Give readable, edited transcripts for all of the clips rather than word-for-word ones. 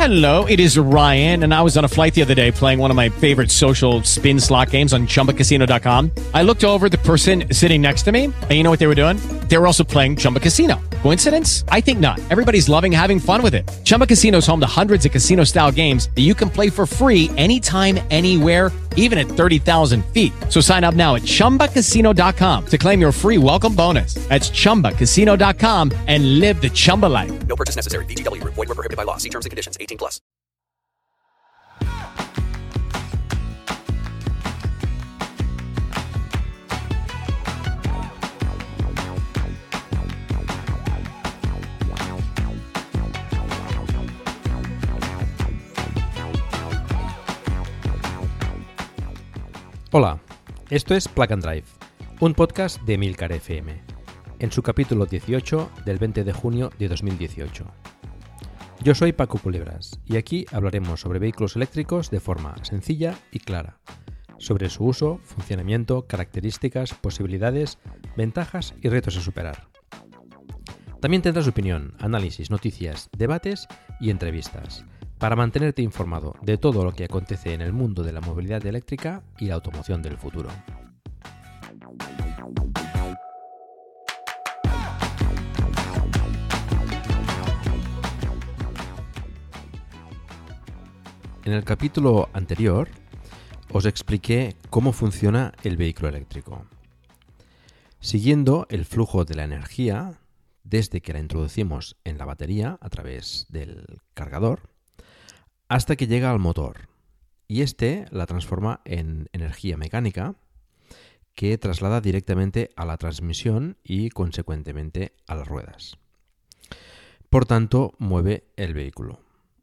Hello, it is Ryan, and I was on a flight the other day playing one of my favorite social spin slot games on ChumbaCasino.com. I looked over at the person sitting next to me, and you know what they were doing? They were also playing Chumba Casino. Coincidence? I think not. Everybody's loving having fun with it. Chumba Casino is home to hundreds of casino-style games that you can play for free anytime, anywhere, even at 30,000 feet. So sign up now at ChumbaCasino.com to claim your free welcome bonus. That's ChumbaCasino.com and live the Chumba life. No purchase necessary. VGW. Void where prohibited by law. See terms and conditions. 18 plus. Hola, esto es Plug and Drive, un podcast de Emilcar FM, en su capítulo 18 del 20 de junio de 2018. Yo soy Paco Culebras y aquí hablaremos sobre vehículos eléctricos de forma sencilla y clara, sobre su uso, funcionamiento, características, posibilidades, ventajas y retos a superar. También tendrás opinión, análisis, noticias, debates y entrevistas, para mantenerte informado de todo lo que acontece en el mundo de la movilidad eléctrica y la automoción del futuro. En el capítulo anterior os expliqué cómo funciona el vehículo eléctrico. Siguiendo el flujo de la energía desde que la introducimos en la batería a través del cargador hasta que llega al motor, y este la transforma en energía mecánica que traslada directamente a la transmisión y consecuentemente a las ruedas. Por tanto, mueve el vehículo.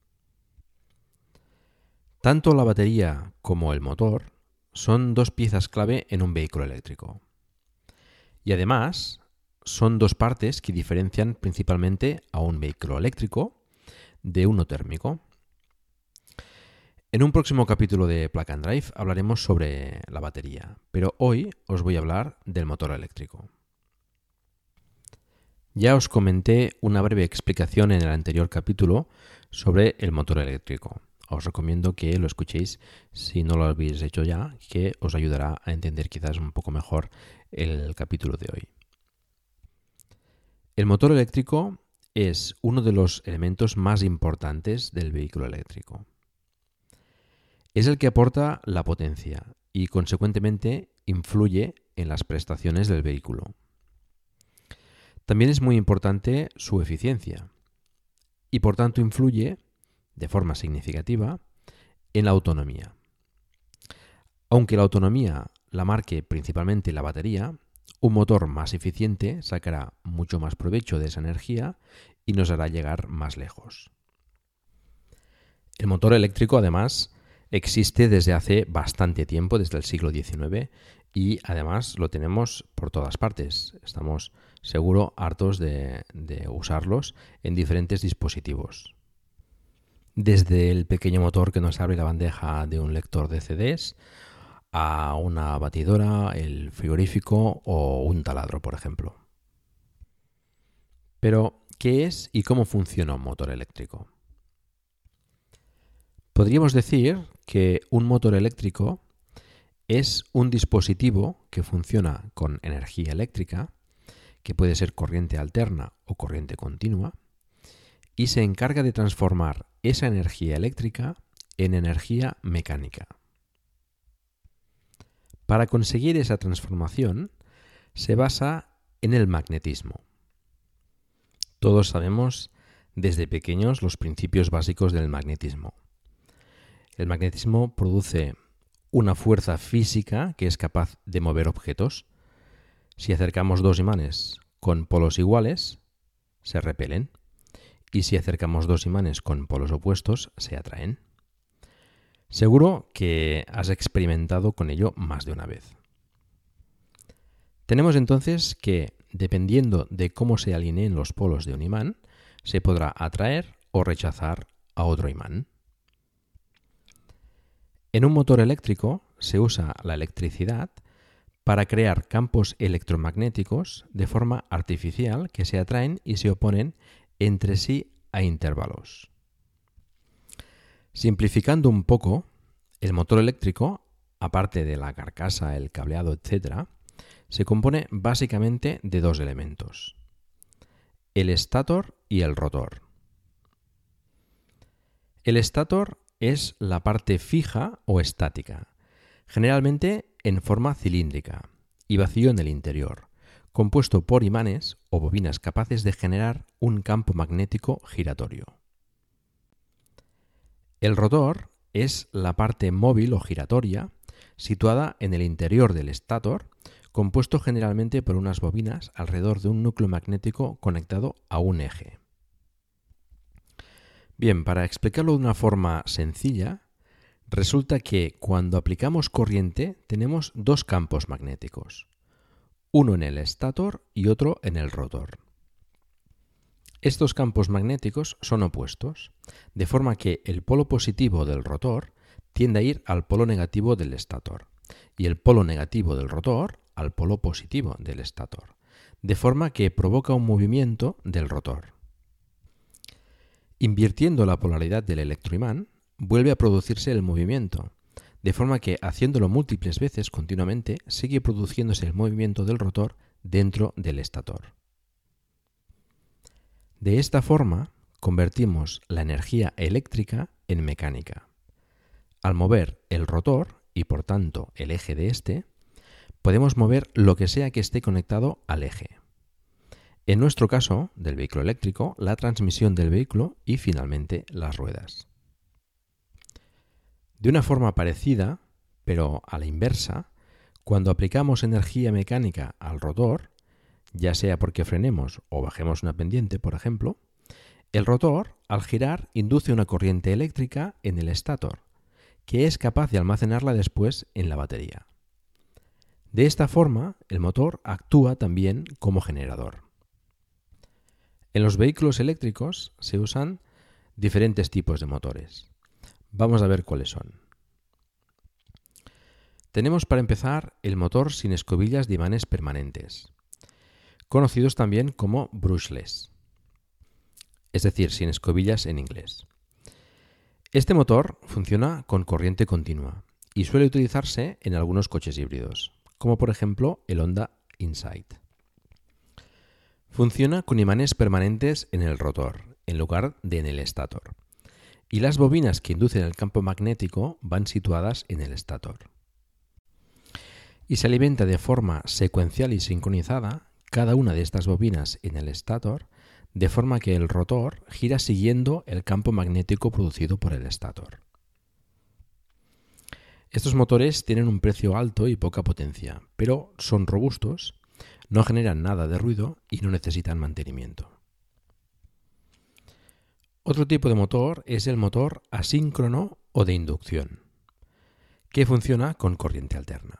Tanto la batería como el motor son dos piezas clave en un vehículo eléctrico. Y además, son dos partes que diferencian principalmente a un vehículo eléctrico de uno térmico. En un próximo capítulo de Plug and Drive hablaremos sobre la batería, pero hoy os voy a hablar del motor eléctrico. Ya os comenté una breve explicación en el anterior capítulo sobre el motor eléctrico. Os recomiendo que lo escuchéis si no lo habéis hecho ya, que os ayudará a entender quizás un poco mejor el capítulo de hoy. El motor eléctrico es uno de los elementos más importantes del vehículo eléctrico. Es el que aporta la potencia y, consecuentemente, influye en las prestaciones del vehículo. También es muy importante su eficiencia y, por tanto, influye de forma significativa en la autonomía. Aunque la autonomía la marque principalmente la batería, un motor más eficiente sacará mucho más provecho de esa energía y nos hará llegar más lejos. El motor eléctrico, además, existe desde hace bastante tiempo, desde el siglo XIX, y además lo tenemos por todas partes. Estamos seguro hartos de usarlos en diferentes dispositivos. Desde el pequeño motor que nos abre la bandeja de un lector de CDs, a una batidora, el frigorífico o un taladro, por ejemplo. Pero, ¿qué es y cómo funciona un motor eléctrico? Podríamos decir que un motor eléctrico es un dispositivo que funciona con energía eléctrica, que puede ser corriente alterna o corriente continua, y se encarga de transformar esa energía eléctrica en energía mecánica. Para conseguir esa transformación se basa en el magnetismo. Todos sabemos desde pequeños los principios básicos del magnetismo. El magnetismo produce una fuerza física que es capaz de mover objetos. Si acercamos dos imanes con polos iguales, se repelen. Y si acercamos dos imanes con polos opuestos, se atraen. Seguro que has experimentado con ello más de una vez. Tenemos entonces que, dependiendo de cómo se alineen los polos de un imán, se podrá atraer o rechazar a otro imán. En un motor eléctrico se usa la electricidad para crear campos electromagnéticos de forma artificial que se atraen y se oponen entre sí a intervalos. Simplificando un poco, el motor eléctrico, aparte de la carcasa, el cableado, etc., se compone básicamente de dos elementos: el estator y el rotor. El estator es la parte fija o estática, generalmente en forma cilíndrica y vacío en el interior, compuesto por imanes o bobinas capaces de generar un campo magnético giratorio. El rotor es la parte móvil o giratoria situada en el interior del estator, compuesto generalmente por unas bobinas alrededor de un núcleo magnético conectado a un eje. Bien, para explicarlo de una forma sencilla, resulta que cuando aplicamos corriente tenemos dos campos magnéticos, uno en el estator y otro en el rotor. Estos campos magnéticos son opuestos, de forma que el polo positivo del rotor tiende a ir al polo negativo del estator y el polo negativo del rotor al polo positivo del estator, de forma que provoca un movimiento del rotor. Invirtiendo la polaridad del electroimán, vuelve a producirse el movimiento, de forma que haciéndolo múltiples veces continuamente sigue produciéndose el movimiento del rotor dentro del estator. De esta forma, convertimos la energía eléctrica en mecánica. Al mover el rotor, y por tanto el eje de este, podemos mover lo que sea que esté conectado al eje. En nuestro caso, del vehículo eléctrico, la transmisión del vehículo y finalmente las ruedas. De una forma parecida, pero a la inversa, cuando aplicamos energía mecánica al rotor, ya sea porque frenemos o bajemos una pendiente, por ejemplo, el rotor, al girar, induce una corriente eléctrica en el estator, que es capaz de almacenarla después en la batería. De esta forma, el motor actúa también como generador. En los vehículos eléctricos se usan diferentes tipos de motores. Vamos a ver cuáles son. Tenemos para empezar el motor sin escobillas de imanes permanentes, conocidos también como brushless, es decir, sin escobillas en inglés. Este motor funciona con corriente continua y suele utilizarse en algunos coches híbridos, como por ejemplo el Honda Insight. Funciona con imanes permanentes en el rotor, en lugar de en el estator, y las bobinas que inducen el campo magnético van situadas en el estator. Y se alimenta de forma secuencial y sincronizada cada una de estas bobinas en el estator, de forma que el rotor gira siguiendo el campo magnético producido por el estator. Estos motores tienen un precio alto y poca potencia, pero son robustos, no generan nada de ruido y no necesitan mantenimiento. Otro tipo de motor es el motor asíncrono o de inducción, que funciona con corriente alterna.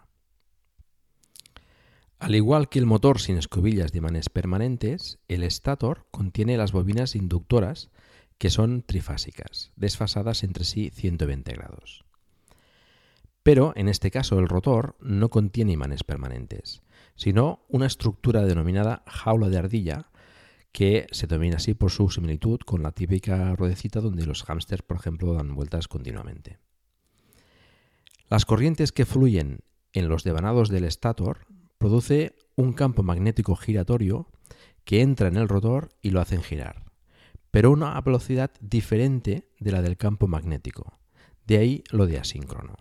Al igual que el motor sin escobillas de imanes permanentes, el estator contiene las bobinas inductoras que son trifásicas, desfasadas entre sí 120 grados. Pero en este caso el rotor no contiene imanes permanentes, sino una estructura denominada jaula de ardilla, que se denomina así por su similitud con la típica ruedecita donde los hámsters, por ejemplo, dan vueltas continuamente. Las corrientes que fluyen en los devanados del estator produce un campo magnético giratorio que entra en el rotor y lo hacen girar, pero a una velocidad diferente de la del campo magnético, de ahí lo de asíncrono.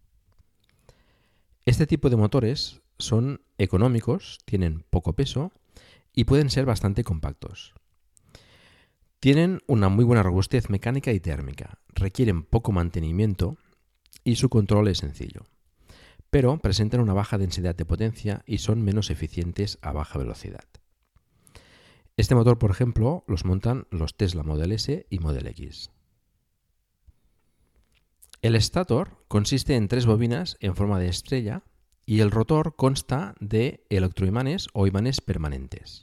Este tipo de motores son económicos, tienen poco peso y pueden ser bastante compactos. Tienen una muy buena robustez mecánica y térmica, requieren poco mantenimiento y su control es sencillo, pero presentan una baja densidad de potencia y son menos eficientes a baja velocidad. Este motor, por ejemplo, los montan los Tesla Model S y Model X. El estator consiste en 3 bobinas en forma de estrella y el rotor consta de electroimanes o imanes permanentes.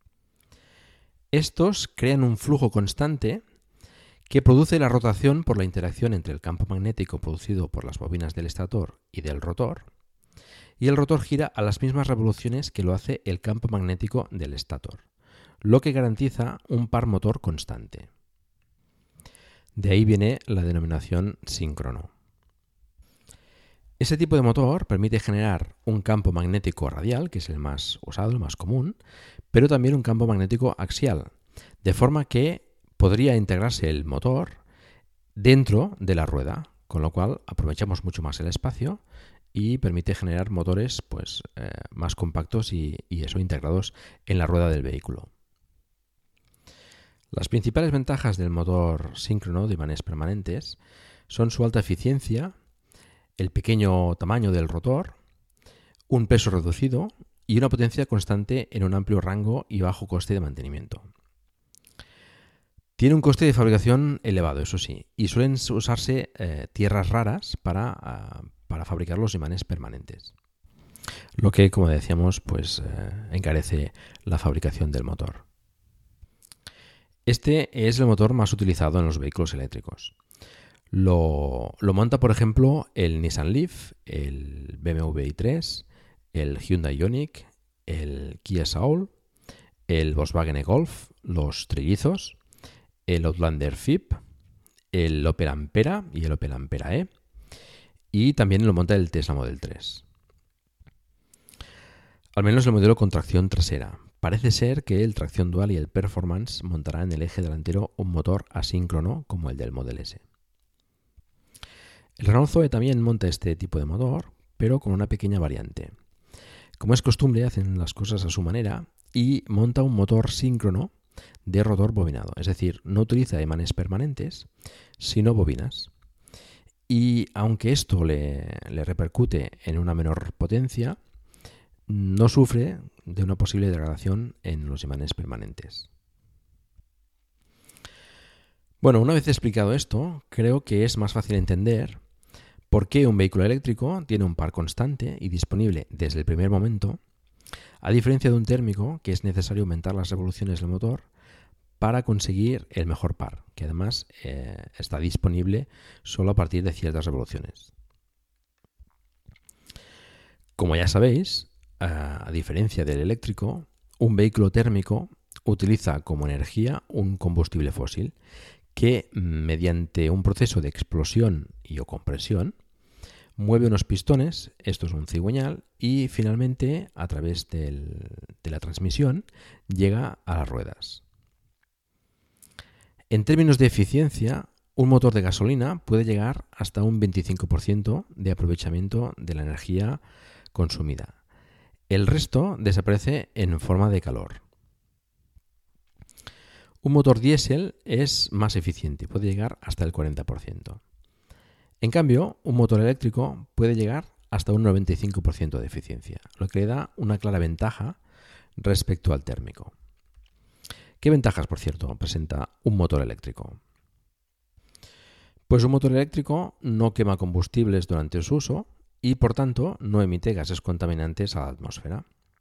Estos crean un flujo constante que produce la rotación por la interacción entre el campo magnético producido por las bobinas del estator y del rotor, y el rotor gira a las mismas revoluciones que lo hace el campo magnético del estator, lo que garantiza un par motor constante. De ahí viene la denominación síncrono. Ese tipo de motor permite generar un campo magnético radial, que es el más usado, el más común, pero también un campo magnético axial, de forma que podría integrarse el motor dentro de la rueda, con lo cual aprovechamos mucho más el espacio y permite generar motores más compactos y eso integrados en la rueda del vehículo. Las principales ventajas del motor síncrono de imanes permanentes son su alta eficiencia, el pequeño tamaño del rotor, un peso reducido y una potencia constante en un amplio rango y bajo coste de mantenimiento. Tiene un coste de fabricación elevado, eso sí, y suelen usarse tierras raras para fabricar los imanes permanentes, lo que, como decíamos, encarece la fabricación del motor. Este es el motor más utilizado en los vehículos eléctricos. Lo monta, por ejemplo, el Nissan Leaf, el BMW i3, el Hyundai Ioniq, el Kia Soul, el Volkswagen e-Golf, los trillizos, el Outlander FIP, el Opel Ampera y el Opel Ampera E, y también lo monta el Tesla Model 3. Al menos el modelo con tracción trasera. Parece ser que el tracción dual y el Performance montará en el eje delantero un motor asíncrono como el del Model S. El Renault Zoe también monta este tipo de motor, pero con una pequeña variante. Como es costumbre, hacen las cosas a su manera y monta un motor síncrono de rotor bobinado, es decir, no utiliza imanes permanentes, sino bobinas. Y aunque esto le repercute en una menor potencia, no sufre de una posible degradación en los imanes permanentes. Bueno, una vez explicado esto, creo que es más fácil entender por qué un vehículo eléctrico tiene un par constante y disponible desde el primer momento, a diferencia de un térmico que es necesario aumentar las revoluciones del motor para conseguir el mejor par, que además está disponible solo a partir de ciertas revoluciones. Como ya sabéis, a diferencia del eléctrico, un vehículo térmico utiliza como energía un combustible fósil que, mediante un proceso de explosión o compresión, mueve unos pistones, esto es un cigüeñal, y finalmente, a través de la transmisión, llega a las ruedas. En términos de eficiencia, un motor de gasolina puede llegar hasta un 25% de aprovechamiento de la energía consumida. El resto desaparece en forma de calor. Un motor diésel es más eficiente, puede llegar hasta el 40%. En cambio, un motor eléctrico puede llegar hasta un 95% de eficiencia, lo que le da una clara ventaja respecto al térmico. ¿Qué ventajas, por cierto, presenta un motor eléctrico? Pues un motor eléctrico no quema combustibles durante su uso y, por tanto, no emite gases contaminantes a la atmósfera.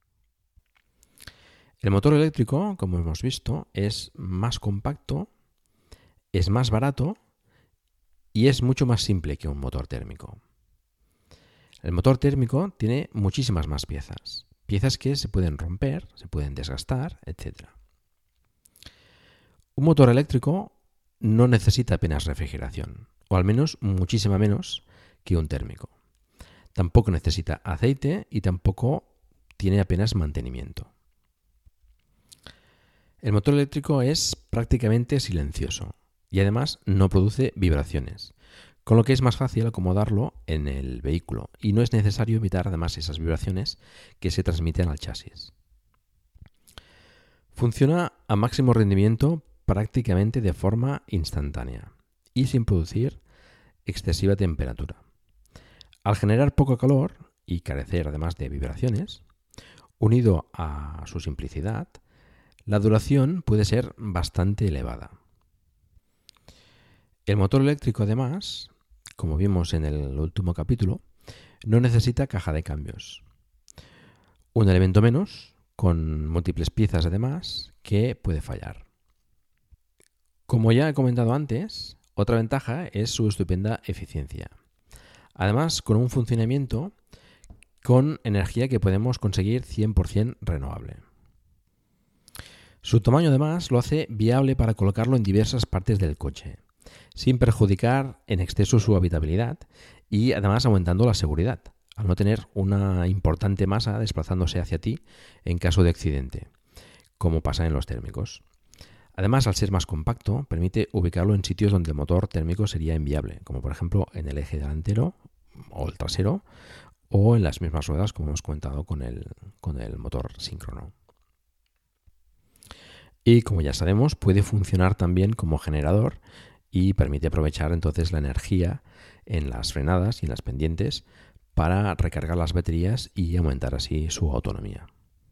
El motor eléctrico, como hemos visto, es más compacto, es más barato y es mucho más simple que un motor térmico. El motor térmico tiene muchísimas más piezas, piezas que se pueden romper, se pueden desgastar, etc. Un motor eléctrico no necesita apenas refrigeración, o al menos muchísima menos que un térmico. Tampoco necesita aceite y tampoco tiene apenas mantenimiento. El motor eléctrico es prácticamente silencioso y además no produce vibraciones, con lo que es más fácil acomodarlo en el vehículo y no es necesario evitar además esas vibraciones que se transmiten al chasis. Funciona a máximo rendimiento prácticamente de forma instantánea y sin producir excesiva temperatura. Al generar poco calor y carecer además de vibraciones, unido a su simplicidad, la duración puede ser bastante elevada. El motor eléctrico, además, como vimos en el último capítulo, no necesita caja de cambios. Un elemento menos, con múltiples piezas además, que puede fallar. Como ya he comentado antes, otra ventaja es su estupenda eficiencia. Además, con un funcionamiento con energía que podemos conseguir 100% renovable. Su tamaño además lo hace viable para colocarlo en diversas partes del coche sin perjudicar en exceso su habitabilidad y además aumentando la seguridad, al no tener una importante masa desplazándose hacia ti en caso de accidente, como pasa en los térmicos. Además, al ser más compacto, permite ubicarlo en sitios donde el motor térmico sería inviable, como por ejemplo en el eje delantero o el trasero, o en las mismas ruedas, como hemos comentado con el motor síncrono. Y como ya sabemos, puede funcionar también como generador y permite aprovechar entonces la energía en las frenadas y en las pendientes para recargar las baterías y aumentar así su autonomía.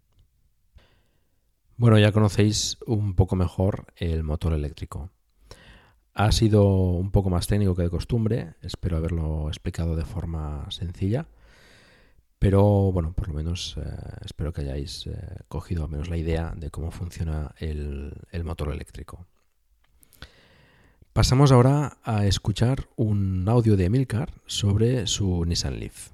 Bueno, ya conocéis un poco mejor el motor eléctrico. Ha sido un poco más técnico que de costumbre, espero haberlo explicado de forma sencilla, pero bueno, por lo menos espero que hayáis cogido al menos la idea de cómo funciona el motor eléctrico. Pasamos ahora a escuchar un audio de Emilcar sobre su Nissan Leaf.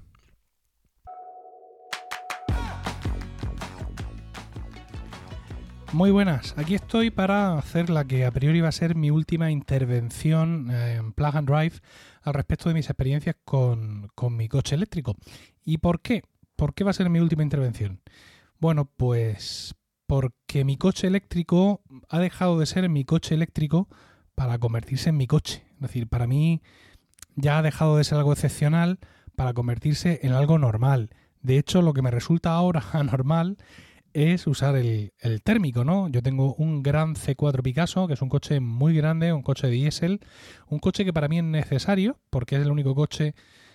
Muy buenas, aquí estoy para hacer la que a priori va a ser mi última intervención en Plug and Drive al respecto de mis experiencias con mi coche eléctrico. ¿Y por qué? ¿Por qué va a ser mi última intervención? Bueno, pues porque mi coche eléctrico ha dejado de ser mi coche eléctrico para convertirse en mi coche. Es decir, para mí ya ha dejado de ser algo excepcional para convertirse en algo normal. De hecho, lo que me resulta ahora anormal es usar el térmico, ¿no? Yo tengo un Gran C4 Picasso, que es un coche muy grande, un coche de diésel, un coche que para mí es necesario, porque es el único coche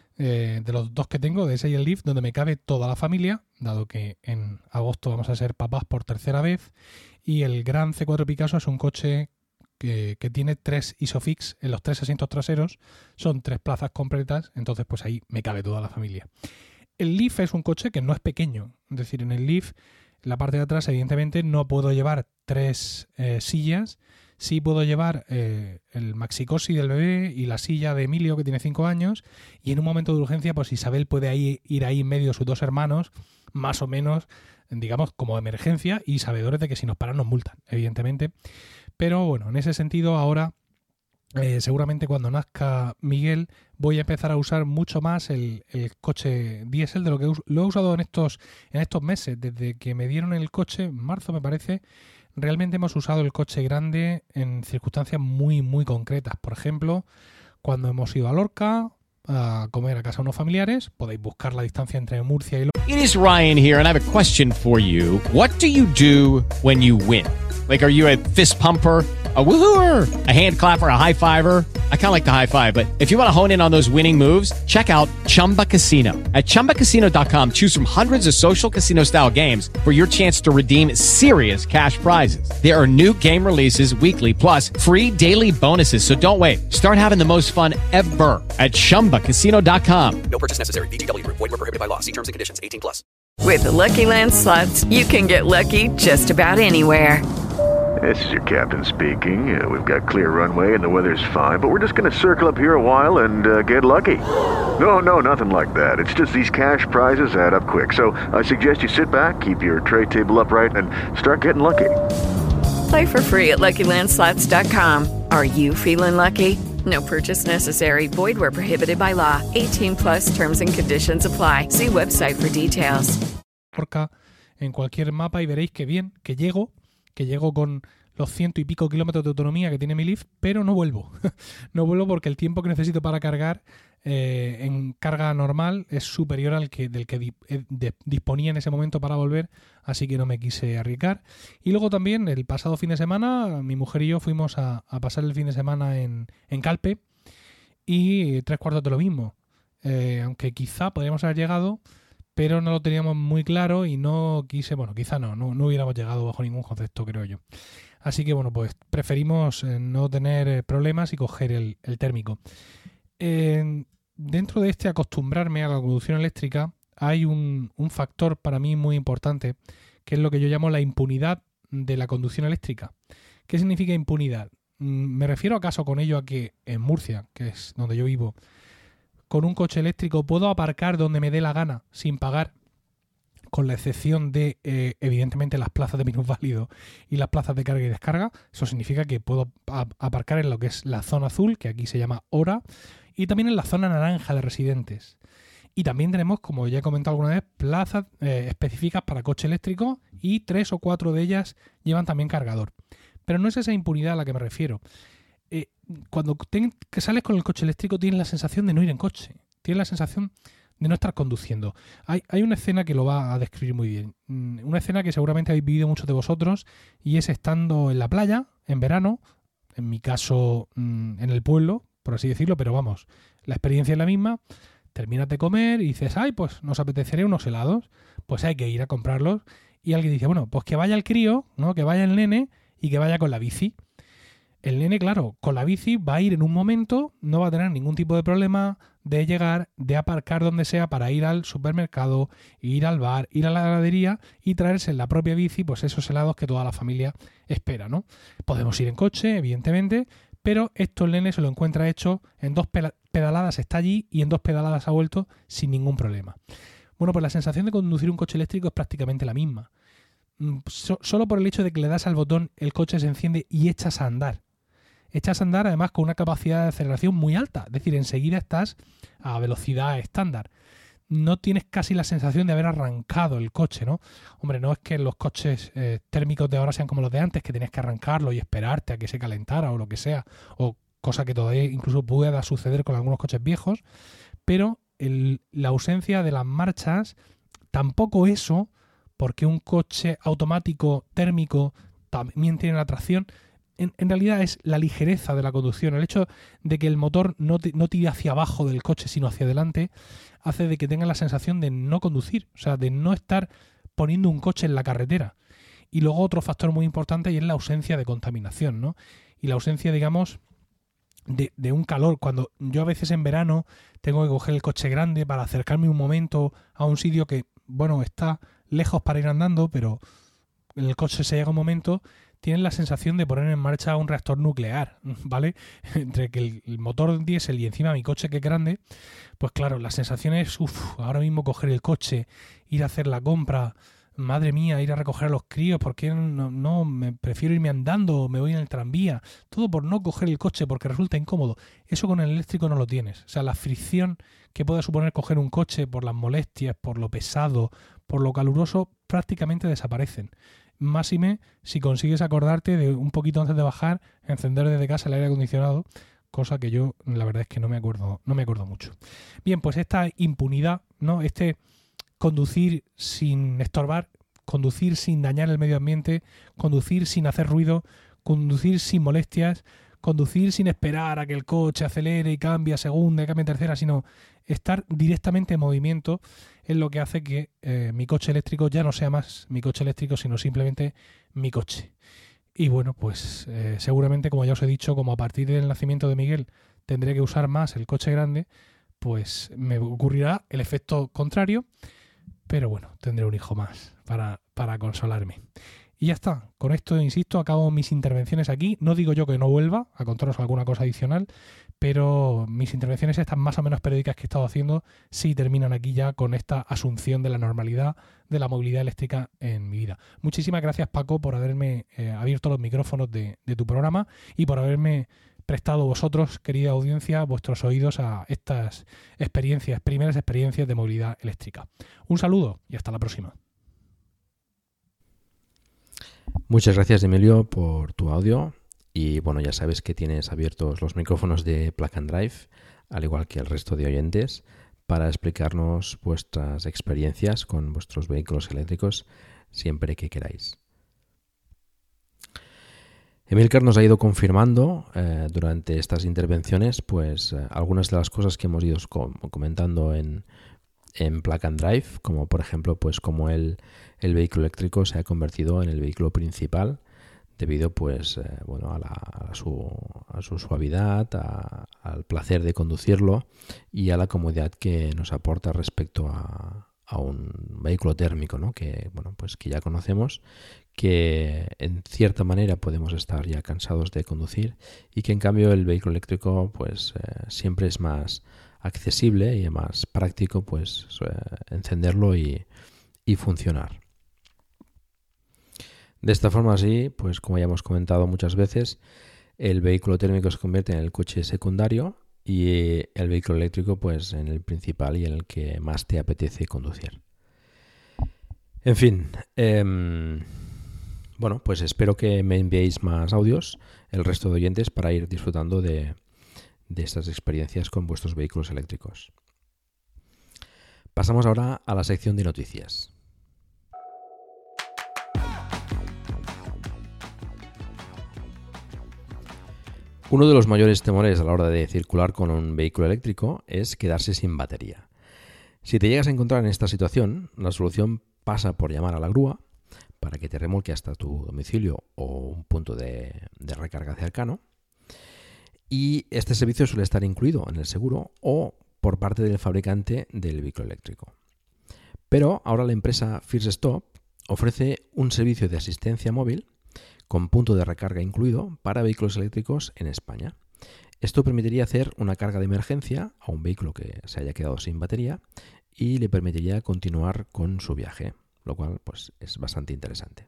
de los dos que tengo, de ese y el Leaf, donde me cabe toda la familia, dado que en agosto vamos a ser papás por tercera vez, y el Gran C4 Picasso es un coche que tiene 3 ISOFIX en los 3 asientos traseros, son 3 plazas completas, entonces pues ahí me cabe toda la familia. El Leaf es un coche que no es pequeño, es decir, en el Leaf la parte de atrás, evidentemente, no puedo llevar 3 sillas. Sí puedo llevar el maxicosi del bebé y la silla de Emilio, que tiene 5 años. Y en un momento de urgencia, pues Isabel puede ir ahí en medio de sus 2 hermanos, más o menos, digamos, como emergencia, y sabedores de que si nos paran nos multan, evidentemente. Pero bueno, en ese sentido, ahora seguramente cuando nazca Miguel voy a empezar a usar mucho más el coche diésel de lo que lo he usado en estos meses. Desde que me dieron el coche, en marzo me parece, realmente hemos usado el coche grande en circunstancias muy, muy concretas. Por ejemplo, cuando hemos ido a Lorca a comer a casa de unos familiares, podéis buscar la distancia entre Murcia y Lorca. It is Ryan here, and I have a question for you. What do you do when you win? Like, are you a fist pumper, a woohooer, a hand clapper, a high fiver? I kind of like the high five, but if you want to hone in on those winning moves, check out Chumba Casino. At ChumbaCasino.com, choose from hundreds of social casino-style games for your chance to redeem serious cash prizes. There are new game releases weekly, plus free daily bonuses. So don't wait. Start having the most fun ever at ChumbaCasino.com. No purchase necessary. VGW Group. Void where prohibited by law. See terms and conditions. 18+. With the Lucky Land Slots, you can get lucky just about anywhere. This is your captain speaking. We've got clear runway and the weather's fine, but we're just going to circle up here a while and get lucky. No, nothing like that. It's just these cash prizes add up quick. So I suggest you sit back, keep your tray table upright, and start getting lucky. Play for free at LuckyLandSlots.com. Are you feeling lucky? No purchase necessary. Void where prohibited by law. 18+ terms and conditions apply. See website for details. En cualquier mapa y veréis que bien, que llego con los 100 y pico kilómetros de autonomía que tiene mi Leaf, pero no vuelvo. No vuelvo porque el tiempo que necesito para cargar en carga normal es superior al del que disponía en ese momento para volver, así que no me quise arriesgar. Y luego también el pasado fin de semana mi mujer y yo fuimos a pasar el fin de semana en Calpe y 3/4 de lo mismo. Aunque quizá podríamos haber llegado, pero no lo teníamos muy claro y no quise, bueno, quizá no hubiéramos llegado bajo ningún concepto, creo yo. Así que bueno, pues preferimos no tener problemas y coger el térmico. Dentro de acostumbrarme a la conducción eléctrica hay un factor para mí muy importante, que es lo que yo llamo la impunidad de la conducción eléctrica. ¿Qué significa impunidad? Me refiero acaso con ello a que en Murcia, que es donde yo vivo, con un coche eléctrico puedo aparcar donde me dé la gana sin pagar, con la excepción de, evidentemente, las plazas de minusválido y las plazas de carga y descarga. Eso significa que puedo aparcar en lo que es la zona azul, que aquí se llama hora, y también en la zona naranja de residentes. Y también tenemos, como ya he comentado alguna vez, plazas específicas para coche eléctrico y 3 o 4 de ellas llevan también cargador. Pero no es esa impunidad a la que me refiero. Cuando que sales con el coche eléctrico tienes la sensación de no ir en coche. Tienes la sensación de no estar conduciendo. Hay una escena que lo va a describir muy bien. Una escena que seguramente habéis vivido muchos de vosotros, y es estando en la playa, en verano, en mi caso en el pueblo, por así decirlo, pero vamos, la experiencia es la misma. Terminas de comer y dices, ay, pues nos apetecería unos helados, pues hay que ir a comprarlos. Y alguien dice, bueno, pues que vaya el crío, ¿no? Que vaya el nene y que vaya con la bici. El nene, claro, con la bici va a ir en un momento, no va a tener ningún tipo de problema de llegar, de aparcar donde sea para ir al supermercado, ir al bar, ir a la heladería y traerse en la propia bici pues esos helados que toda la familia espera, ¿no? Podemos ir en coche, evidentemente, pero esto el nene se lo encuentra hecho en 2 pedaladas, está allí, y en 2 pedaladas ha vuelto sin ningún problema. Bueno, pues la sensación de conducir un coche eléctrico es prácticamente la misma. Solo por el hecho de que le das al botón, el coche se enciende y echas a andar. Echas a andar además con una capacidad de aceleración muy alta, es decir, enseguida estás a velocidad estándar. No tienes casi la sensación de haber arrancado el coche, ¿no? Hombre, no es que los coches térmicos de ahora sean como los de antes, que tenías que arrancarlo y esperarte a que se calentara o lo que sea, o cosa que todavía incluso pueda suceder con algunos coches viejos, pero la ausencia de las marchas, tampoco eso, porque un coche automático térmico también tiene la tracción. En realidad es la ligereza de la conducción. El hecho de que el motor no tire hacia abajo del coche, sino hacia adelante, hace de que tenga la sensación de no conducir, o sea, de no estar poniendo un coche en la carretera. Y luego otro factor muy importante, y es la ausencia de contaminación, ¿no? Y la ausencia, digamos, de un calor. Cuando yo a veces en verano tengo que coger el coche grande para acercarme un momento a un sitio que, bueno, está lejos para ir andando, pero en el coche se llega un momento, tienes la sensación de poner en marcha un reactor nuclear, ¿vale? Entre que el motor diésel y encima mi coche que es grande, pues claro, la sensación es, ahora mismo coger el coche, ir a hacer la compra, madre mía, ir a recoger a los críos, ¿por qué no me prefiero irme andando, me voy en el tranvía? Todo por no coger el coche, porque resulta incómodo. Eso con el eléctrico no lo tienes. O sea, la fricción que puede suponer coger un coche por las molestias, por lo pesado, por lo caluroso, prácticamente desaparecen. Máxime si consigues acordarte de un poquito antes de bajar, encender desde casa el aire acondicionado, cosa que yo la verdad es que no me acuerdo mucho. Bien, pues esta impunidad, ¿no? Conducir sin estorbar, conducir sin dañar el medio ambiente, conducir sin hacer ruido, conducir sin molestias, conducir sin esperar a que el coche acelere y cambie a segunda y cambie a tercera, sino estar directamente en movimiento, es lo que hace que mi coche eléctrico ya no sea más mi coche eléctrico, sino simplemente mi coche. Y bueno, pues seguramente, como ya os he dicho, como a partir del nacimiento de Miguel tendré que usar más el coche grande, pues me ocurrirá el efecto contrario, pero bueno, tendré un hijo más para consolarme. Y ya está, con esto, insisto, acabo mis intervenciones aquí. No digo yo que no vuelva a contaros alguna cosa adicional, pero mis intervenciones estas más o menos periódicas que he estado haciendo sí terminan aquí ya con esta asunción de la normalidad de la movilidad eléctrica en mi vida. Muchísimas gracias, Paco, por haberme abierto los micrófonos de tu programa y por haberme prestado vosotros, querida audiencia, vuestros oídos a estas primeras experiencias de movilidad eléctrica. Un saludo y hasta la próxima. Muchas gracias, Emilio, por tu audio. Y bueno, ya sabes que tienes abiertos los micrófonos de Plug and Drive, al igual que el resto de oyentes, para explicarnos vuestras experiencias con vuestros vehículos eléctricos siempre que queráis. Emilcar nos ha ido confirmando durante estas intervenciones pues algunas de las cosas que hemos ido comentando en Plug and Drive, como por ejemplo pues como el vehículo eléctrico se ha convertido en el vehículo principal debido pues a su suavidad, al placer de conducirlo y a la comodidad que nos aporta respecto a un vehículo térmico, ¿no? Que ya conocemos, que en cierta manera podemos estar ya cansados de conducir y que en cambio el vehículo eléctrico pues siempre es más accesible y más práctico pues encenderlo y y funcionar. De esta forma, así, pues como ya hemos comentado muchas veces, el vehículo térmico se convierte en el coche secundario y el vehículo eléctrico pues en el principal y en el que más te apetece conducir. En fin, bueno, pues espero que me enviéis más audios, el resto de oyentes, para ir disfrutando de estas experiencias con vuestros vehículos eléctricos. Pasamos ahora a la sección de noticias. Uno de los mayores temores a la hora de circular con un vehículo eléctrico es quedarse sin batería. Si te llegas a encontrar en esta situación, la solución pasa por llamar a la grúa para que te remolque hasta tu domicilio o un punto de recarga cercano. Y este servicio suele estar incluido en el seguro o por parte del fabricante del vehículo eléctrico. Pero ahora la empresa First Stop ofrece un servicio de asistencia móvil con punto de recarga incluido para vehículos eléctricos en España. Esto permitiría hacer una carga de emergencia a un vehículo que se haya quedado sin batería y le permitiría continuar con su viaje, lo cual pues es bastante interesante.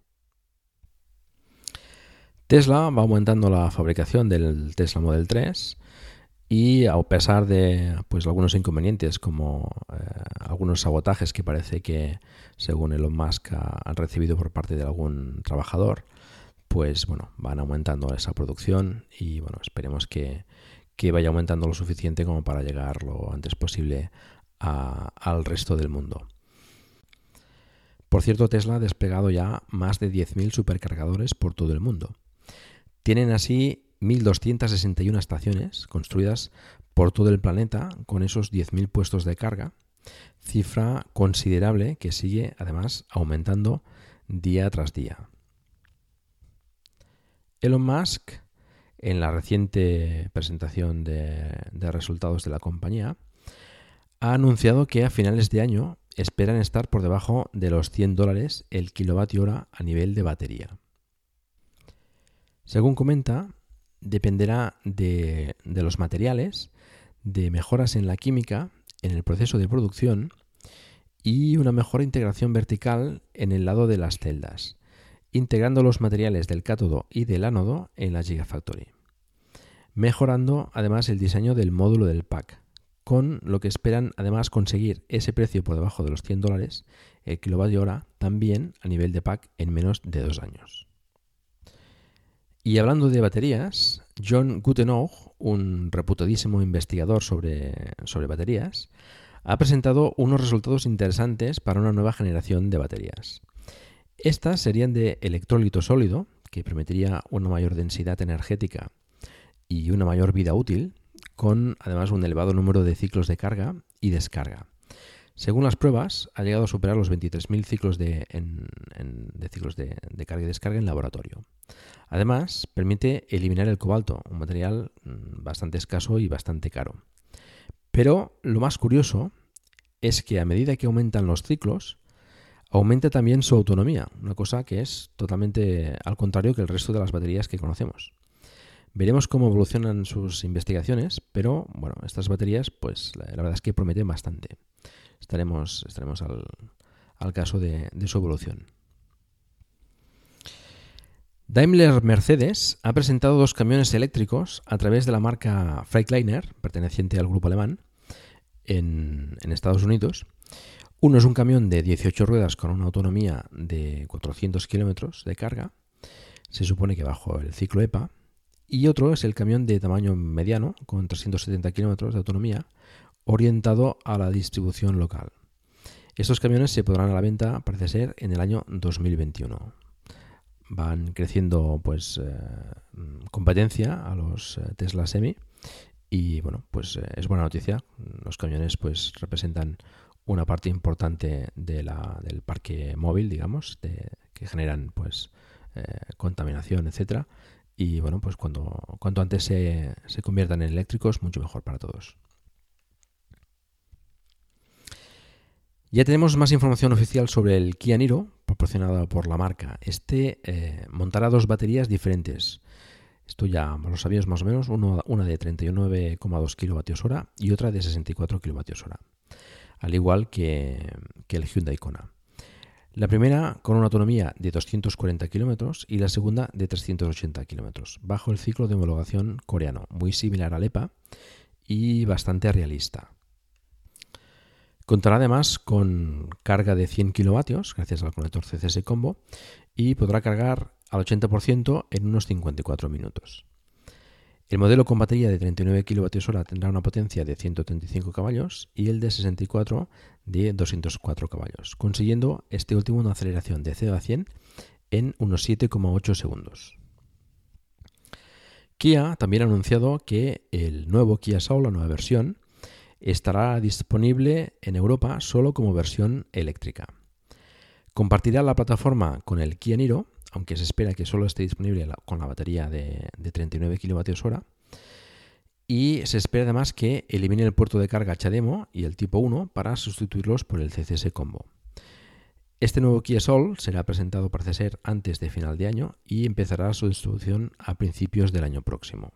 Tesla va aumentando la fabricación del Tesla Model 3 y a pesar de pues algunos inconvenientes como algunos sabotajes que parece que según Elon Musk han recibido por parte de algún trabajador, pues bueno, van aumentando esa producción y bueno, esperemos que vaya aumentando lo suficiente como para llegar lo antes posible al resto del mundo. Por cierto, Tesla ha desplegado ya más de 10.000 supercargadores por todo el mundo. Tienen así 1.261 estaciones construidas por todo el planeta con esos 10.000 puestos de carga, cifra considerable que sigue además aumentando día tras día. Elon Musk, en la reciente presentación de resultados de la compañía, ha anunciado que a finales de año esperan estar por debajo de los $100 el kilovatio hora a nivel de batería. Según comenta, dependerá de los materiales, de mejoras en la química, en el proceso de producción y una mejor integración vertical en el lado de las celdas, integrando los materiales del cátodo y del ánodo en la Gigafactory, mejorando además el diseño del módulo del pack, con lo que esperan además conseguir ese precio por debajo de los $100 el kilovatio hora también a nivel de pack en menos de 2 años. Y hablando de baterías, John Goodenough, un reputadísimo investigador sobre baterías, ha presentado unos resultados interesantes para una nueva generación de baterías. Estas serían de electrólito sólido, que permitiría una mayor densidad energética y una mayor vida útil, con además un elevado número de ciclos de carga y descarga. Según las pruebas, ha llegado a superar los 23.000 ciclos de ciclos de carga y descarga en laboratorio. Además, permite eliminar el cobalto, un material bastante escaso y bastante caro. Pero lo más curioso es que a medida que aumentan los ciclos, aumenta también su autonomía, una cosa que es totalmente al contrario que el resto de las baterías que conocemos. Veremos cómo evolucionan sus investigaciones, pero bueno, estas baterías, pues la verdad es que prometen bastante. Estaremos al caso de su evolución. Daimler-Mercedes ha presentado 2 camiones eléctricos a través de la marca Freightliner, perteneciente al grupo alemán, en Estados Unidos. Uno es un camión de 18 ruedas con una autonomía de 400 kilómetros de carga, se supone que bajo el ciclo EPA, y otro es el camión de tamaño mediano con 370 kilómetros de autonomía, orientado a la distribución local. Estos camiones se pondrán a la venta, parece ser, en el año 2021. Van creciendo pues competencia a los Tesla Semi y bueno, pues es buena noticia. Los camiones pues representan una parte importante del parque móvil, digamos, que generan pues contaminación, etcétera. Y bueno, pues cuanto antes se conviertan en eléctricos, mucho mejor para todos. Ya tenemos más información oficial sobre el Kia Niro, proporcionada por la marca. Montará 2 baterías diferentes. Esto ya lo sabíamos más o menos, una de 39,2 kWh y otra de 64 kWh, al igual que el Hyundai Kona. La primera con una autonomía de 240 kilómetros y la segunda de 380 kilómetros, bajo el ciclo de homologación coreano, muy similar al EPA y bastante realista. Contará además con carga de 100 kilovatios gracias al conector CCS Combo y podrá cargar al 80% en unos 54 minutos. El modelo con batería de 39 kWh tendrá una potencia de 135 caballos y el de 64 de 204 caballos, consiguiendo este último una aceleración de 0 a 100 en unos 7,8 segundos. Kia también ha anunciado que el nuevo Kia Soul, la nueva versión, estará disponible en Europa solo como versión eléctrica. Compartirá la plataforma con el Kia Niro, aunque se espera que solo esté disponible con la batería de 39 kWh. Y se espera además que elimine el puerto de carga CHAdeMO y el tipo 1 para sustituirlos por el CCS Combo. Este nuevo Kia Soul será presentado, parece ser, antes de final de año y empezará su distribución a principios del año próximo.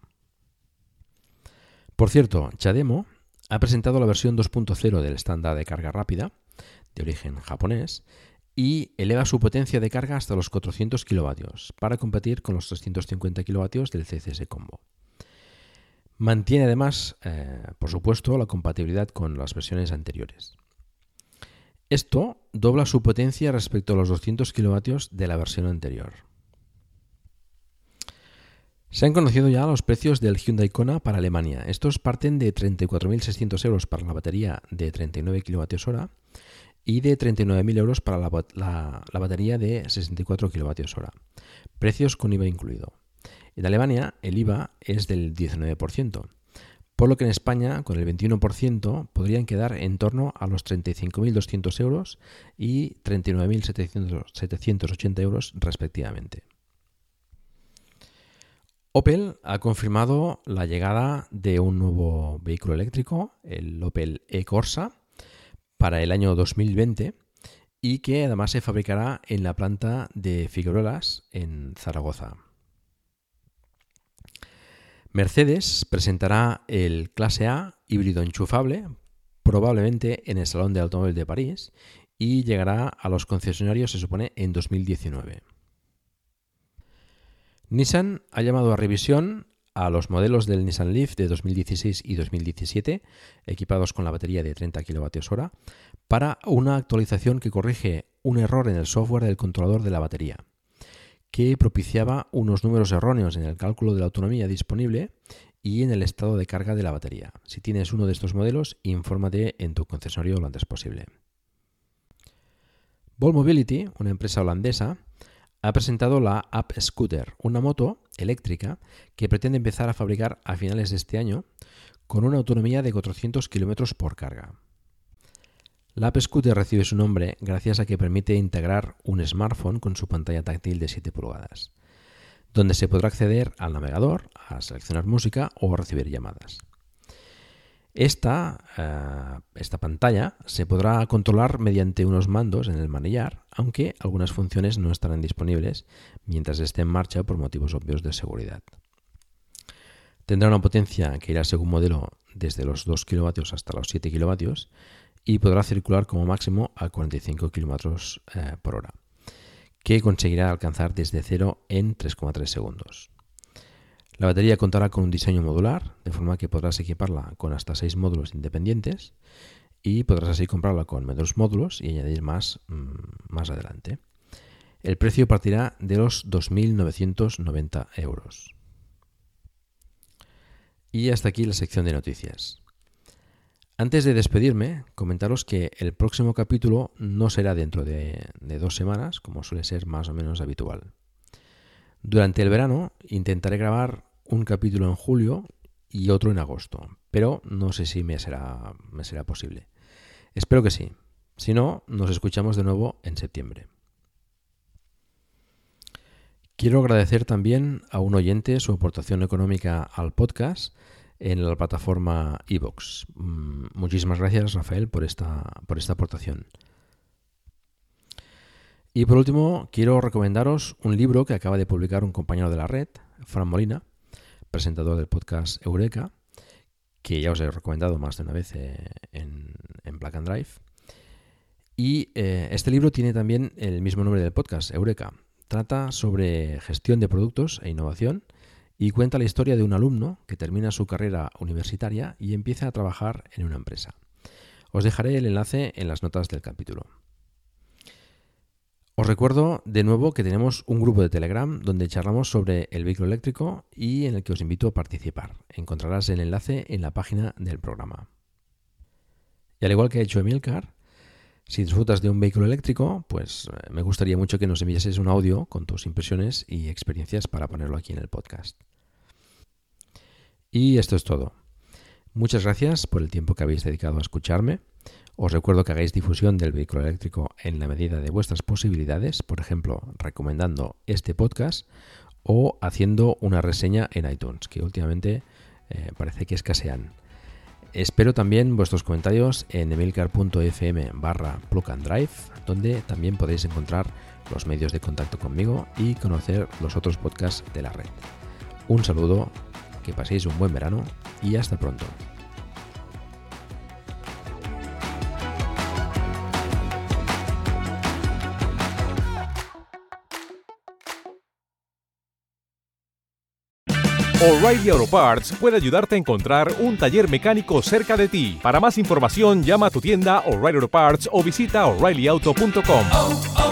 Por cierto, CHAdeMO ha presentado la versión 2.0 del estándar de carga rápida, de origen japonés, y eleva su potencia de carga hasta los 400 kilovatios para competir con los 350 kilovatios del CCS Combo. Mantiene además, por supuesto, la compatibilidad con las versiones anteriores. Esto dobla su potencia respecto a los 200 kilovatios de la versión anterior. Se han conocido ya los precios del Hyundai Kona para Alemania. Estos parten de 34.600 euros para la batería de 39 kWh y de 39.000 euros para la batería de 64 kWh. Precios con IVA incluido. En Alemania el IVA es del 19%, por lo que en España con el 21% podrían quedar en torno a los 35.200 euros y 39.780 euros respectivamente. Opel ha confirmado la llegada de un nuevo vehículo eléctrico, el Opel e-Corsa, para el año 2020 y que además se fabricará en la planta de Figuerolas en Zaragoza. Mercedes presentará el Clase A híbrido enchufable, probablemente en el Salón del Automóvil de París, y llegará a los concesionarios, se supone, en 2019. Nissan ha llamado a revisión a los modelos del Nissan Leaf de 2016 y 2017, equipados con la batería de 30 kWh, para una actualización que corrige un error en el software del controlador de la batería, que propiciaba unos números erróneos en el cálculo de la autonomía disponible y en el estado de carga de la batería. Si tienes uno de estos modelos, infórmate en tu concesionario lo antes posible. Volt Mobility, una empresa holandesa, ha presentado la Up Scooter, una moto eléctrica que pretende empezar a fabricar a finales de este año con una autonomía de 400 km por carga. La Up Scooter recibe su nombre gracias a que permite integrar un smartphone con su pantalla táctil de 7 pulgadas, donde se podrá acceder al navegador, a seleccionar música o a recibir llamadas. Esta pantalla se podrá controlar mediante unos mandos en el manillar, aunque algunas funciones no estarán disponibles mientras esté en marcha por motivos obvios de seguridad. Tendrá una potencia que irá según modelo desde los 2 kW hasta los 7 kW y podrá circular como máximo a 45 km por hora, que conseguirá alcanzar desde 0 en 3,3 segundos. La batería contará con un diseño modular, de forma que podrás equiparla con hasta 6 módulos independientes y podrás así comprarla con menos módulos y añadir más adelante. El precio partirá de los 2.990 euros. Y hasta aquí la sección de noticias. Antes de despedirme, comentaros que el próximo capítulo no será dentro de 2 semanas, como suele ser más o menos habitual. Durante el verano intentaré grabar un capítulo en julio y otro en agosto, pero no sé si me será posible. Espero que sí. Si no, nos escuchamos de nuevo en septiembre. Quiero agradecer también a un oyente su aportación económica al podcast en la plataforma iVoox. Muchísimas gracias, Rafael, por esta aportación. Y por último, quiero recomendaros un libro que acaba de publicar un compañero de la red, Fran Molina, presentador del podcast Eureka, que ya os he recomendado más de una vez en Plug and Drive. Y este libro tiene también el mismo nombre del podcast, Eureka. Trata sobre gestión de productos e innovación y cuenta la historia de un alumno que termina su carrera universitaria y empieza a trabajar en una empresa. Os dejaré el enlace en las notas del capítulo. Os recuerdo de nuevo que tenemos un grupo de Telegram donde charlamos sobre el vehículo eléctrico y en el que os invito a participar. Encontrarás el enlace en la página del programa. Y al igual que ha hecho Emilcar, si disfrutas de un vehículo eléctrico, pues me gustaría mucho que nos enviases un audio con tus impresiones y experiencias para ponerlo aquí en el podcast. Y esto es todo. Muchas gracias por el tiempo que habéis dedicado a escucharme. Os recuerdo que hagáis difusión del vehículo eléctrico en la medida de vuestras posibilidades, por ejemplo, recomendando este podcast o haciendo una reseña en iTunes, que últimamente parece que escasean. Espero también vuestros comentarios en emilcar.fm/plug-and-drive, donde también podéis encontrar los medios de contacto conmigo y conocer los otros podcasts de la red. Un saludo, que paséis un buen verano y hasta pronto. O'Reilly Auto Parts puede ayudarte a encontrar un taller mecánico cerca de ti. Para más información, llama a tu tienda O'Reilly Auto Parts o visita O'ReillyAuto.com.